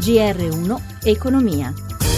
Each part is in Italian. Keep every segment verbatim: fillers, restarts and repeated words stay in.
G R uno Economia.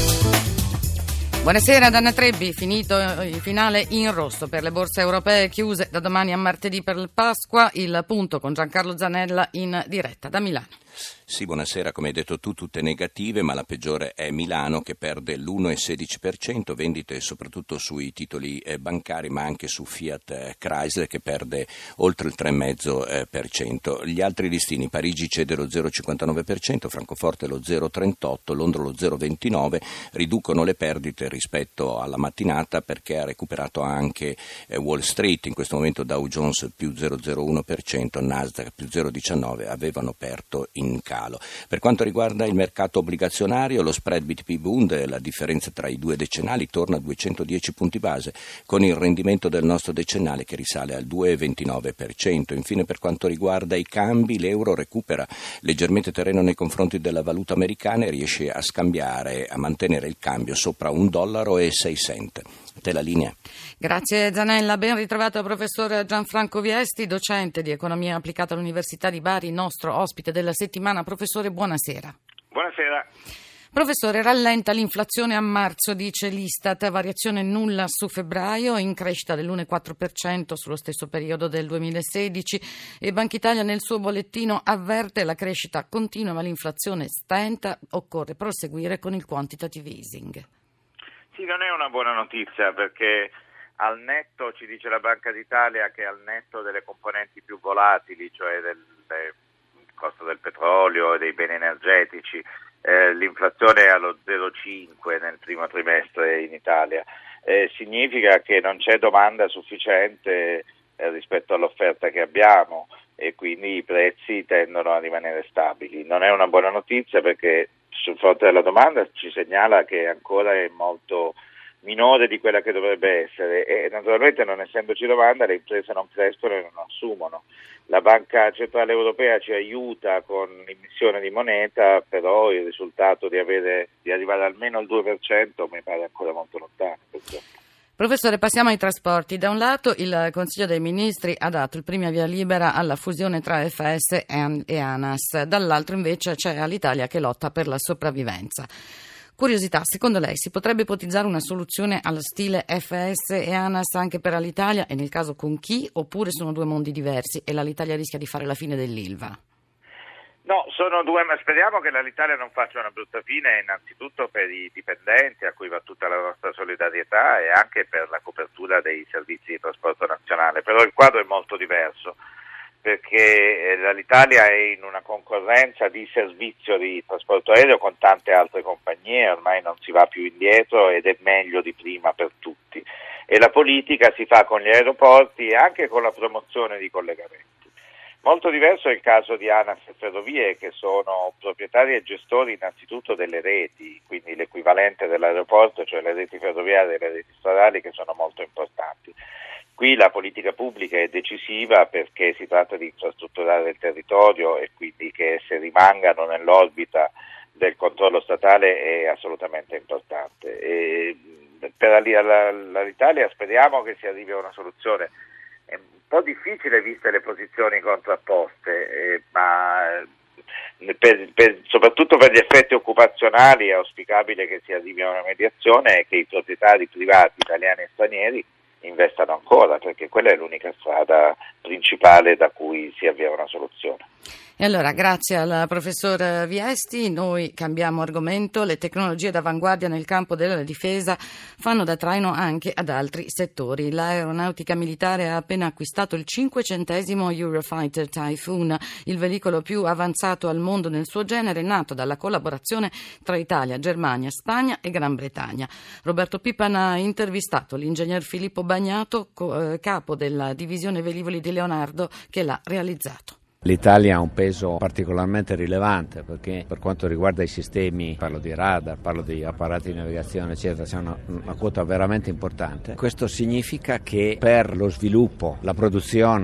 Buonasera da Anna Trebbi, finito il finale in rosso per le borse europee chiuse da domani a martedì per il Pasqua. Il punto con Giancarlo Zanella in diretta da Milano. Sì, buonasera, come hai detto tu, tutte negative, ma la peggiore è Milano che perde l'uno virgola sedici per cento, vendite soprattutto sui titoli eh, bancari, ma anche su Fiat eh, Chrysler che perde oltre il tre virgola cinque per cento. Gli altri listini, Parigi cede lo zero virgola cinquantanove per cento, Francoforte lo zero virgola trentotto per cento, Londra lo zero virgola ventinove per cento, riducono le perdite rispetto alla mattinata perché ha recuperato anche eh, Wall Street, in questo momento Dow Jones più zero virgola zero uno per cento, Nasdaq più zero virgola diciannove per cento, avevano aperto in calo. Per quanto riguarda il mercato obbligazionario, lo spread B T P-Bund, la differenza tra i due decennali, torna a duecentodieci punti base, con il rendimento del nostro decennale che risale al due virgola ventinove per cento. Infine, per quanto riguarda i cambi, l'euro recupera leggermente terreno nei confronti della valuta americana e riesce a scambiare, a mantenere il cambio sopra un dollaro e sei cent. Te la linea. Grazie Zanella, ben ritrovato al professor Gianfranco Viesti, docente di economia applicata all'Università di Bari, nostro ospite della settimana. Professore, buonasera. Buonasera. Professore, rallenta l'inflazione a marzo, dice l'Istat, variazione nulla su febbraio, in crescita dell'uno virgola quattro per cento sullo stesso periodo del duemilasedici, e Banca Italia nel suo bollettino avverte la crescita continua ma l'inflazione stenta, occorre proseguire con il quantitative easing. Sì, non è una buona notizia perché al netto, ci dice la Banca d'Italia, che al netto delle componenti più volatili, cioè del, del costo del petrolio e dei beni energetici, eh, l'inflazione è allo zero virgola cinque nel primo trimestre in Italia. Eh, significa che non c'è domanda sufficiente eh, rispetto all'offerta che abbiamo e quindi i prezzi tendono a rimanere stabili. Non è una buona notizia perché sul fronte della domanda ci segnala che ancora è molto minore di quella che dovrebbe essere e naturalmente, non essendoci domanda, le imprese non crescono e non assumono. La Banca Centrale Europea ci aiuta con l'emissione di moneta, però il risultato di avere di arrivare almeno al due per cento mi pare ancora molto lontano. Professore, passiamo ai trasporti. Da un lato il Consiglio dei Ministri ha dato il primo via libera alla fusione tra F S e ANAS, dall'altro invece c'è Alitalia che lotta per la sopravvivenza. Curiosità, secondo lei si potrebbe ipotizzare una soluzione allo stile F S e ANAS anche per Alitalia e nel caso con chi, oppure sono due mondi diversi e l'Alitalia rischia di fare la fine dell'Ilva? No, sono due, ma speriamo che l'Alitalia non faccia una brutta fine, innanzitutto per i dipendenti a cui va tutta la nostra solidarietà e anche per la copertura dei servizi di trasporto nazionale, però il quadro è molto diverso perché l'Alitalia è in una concorrenza di servizio di trasporto aereo con tante altre compagnie, ormai non si va più indietro ed è meglio di prima per tutti e la politica si fa con gli aeroporti e anche con la promozione di collegamenti. Molto diverso è il caso di ANAS e Ferrovie, che sono proprietari e gestori innanzitutto delle reti, quindi l'equivalente dell'aeroporto, cioè le reti ferroviarie e le reti stradali, che sono molto importanti. Qui la politica pubblica è decisiva perché si tratta di infrastrutturare il territorio e quindi che esse rimangano nell'orbita del controllo statale è assolutamente importante. E per l'Italia speriamo che si arrivi a una soluzione. È un po' difficile viste le posizioni contrapposte, eh, ma per, per, soprattutto per gli effetti occupazionali è auspicabile che si arrivi a una mediazione e che i proprietari privati italiani e stranieri investano ancora, perché quella è l'unica strada principale da cui si avvia una soluzione. E allora, grazie al professor Viesti, noi cambiamo argomento. Le tecnologie d'avanguardia nel campo della difesa fanno da traino anche ad altri settori. L'aeronautica militare ha appena acquistato il cinquecentesimo Eurofighter Typhoon, il veicolo più avanzato al mondo nel suo genere, nato dalla collaborazione tra Italia, Germania, Spagna e Gran Bretagna. Roberto Pippan ha intervistato l'ingegner Filippo Bagnato, capo della divisione velivoli di Leonardo, che l'ha realizzato. L'Italia ha un peso particolarmente rilevante perché per quanto riguarda i sistemi, parlo di radar, parlo di apparati di navigazione eccetera, c'è una, una quota veramente importante. Questo significa che per lo sviluppo, la produzione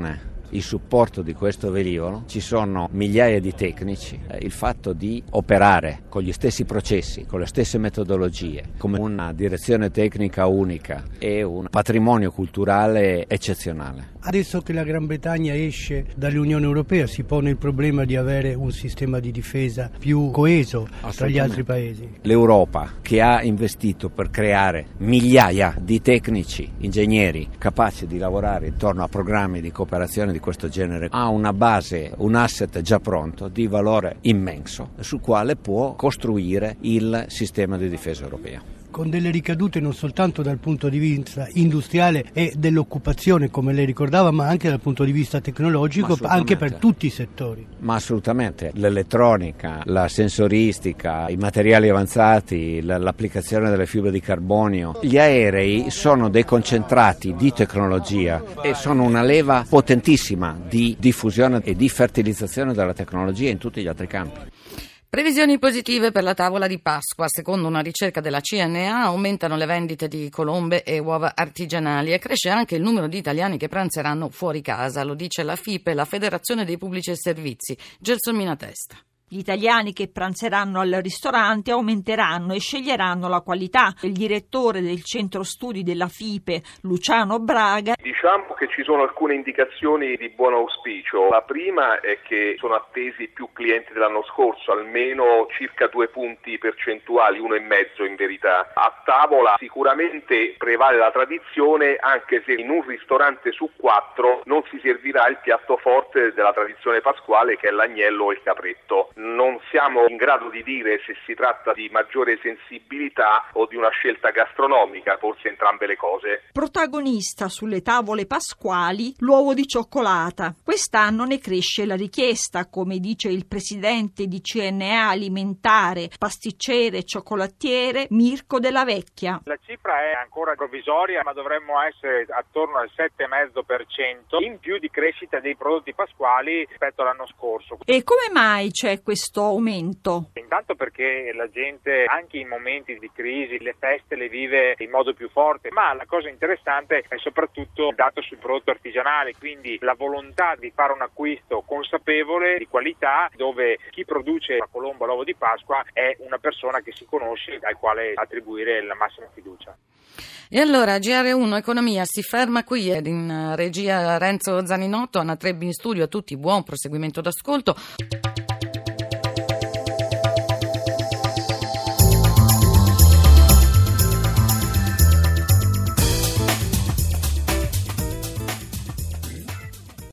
il supporto di questo velivolo, ci sono migliaia di tecnici, eh, il fatto di operare con gli stessi processi, con le stesse metodologie, come una direzione tecnica unica e un patrimonio culturale eccezionale. Adesso che la Gran Bretagna esce dall'Unione Europea si pone il problema di avere un sistema di difesa più coeso tra gli altri paesi. L'Europa, che ha investito per creare migliaia di tecnici, ingegneri capaci di lavorare intorno a programmi di cooperazione di questo genere, ha una base, un asset già pronto di valore immenso sul quale può costruire il sistema di difesa europea. Con delle ricadute non soltanto dal punto di vista industriale e dell'occupazione, come lei ricordava, ma anche dal punto di vista tecnologico, anche per tutti i settori. Ma assolutamente, l'elettronica, la sensoristica, i materiali avanzati, l'applicazione delle fibre di carbonio. Gli aerei sono dei concentrati di tecnologia e sono una leva potentissima di diffusione e di fertilizzazione della tecnologia in tutti gli altri campi. Previsioni positive per la tavola di Pasqua. Secondo una ricerca della C N A aumentano le vendite di colombe e uova artigianali e cresce anche il numero di italiani che pranzeranno fuori casa, lo dice la F I P E, la Federazione dei Pubblici Servizi. Gelsomina Testa. Gli italiani che pranzeranno al ristorante aumenteranno e sceglieranno la qualità. Il direttore del centro studi della F I P E, Luciano Braga. Diciamo che ci sono alcune indicazioni di buon auspicio. La prima è che sono attesi più clienti dell'anno scorso, almeno circa due punti percentuali, uno e mezzo in verità. A tavola sicuramente prevale la tradizione, anche se in un ristorante su quattro non si servirà il piatto forte della tradizione pasquale, che è l'agnello o il capretto. Non siamo in grado di dire se si tratta di maggiore sensibilità o di una scelta gastronomica, forse entrambe le cose. Protagonista sulle tavole pasquali l'uovo di cioccolata. Quest'anno ne cresce la richiesta, come dice il presidente di C N A Alimentare, pasticcere e cioccolatiere Mirko Della Vecchia. La cifra è ancora provvisoria, ma dovremmo essere attorno al sette virgola cinque per cento in più di crescita dei prodotti pasquali rispetto all'anno scorso. E come mai c'è questo aumento? Intanto perché la gente anche in momenti di crisi le feste le vive in modo più forte, ma la cosa interessante è soprattutto il dato sul prodotto artigianale, quindi la volontà di fare un acquisto consapevole, di qualità, dove chi produce la colomba, l'uovo di Pasqua è una persona che si conosce e al quale attribuire la massima fiducia. E allora G R uno Economia si ferma qui. In regia Renzo Zaninotto, Anna Trebbi in studio. A tutti buon proseguimento d'ascolto.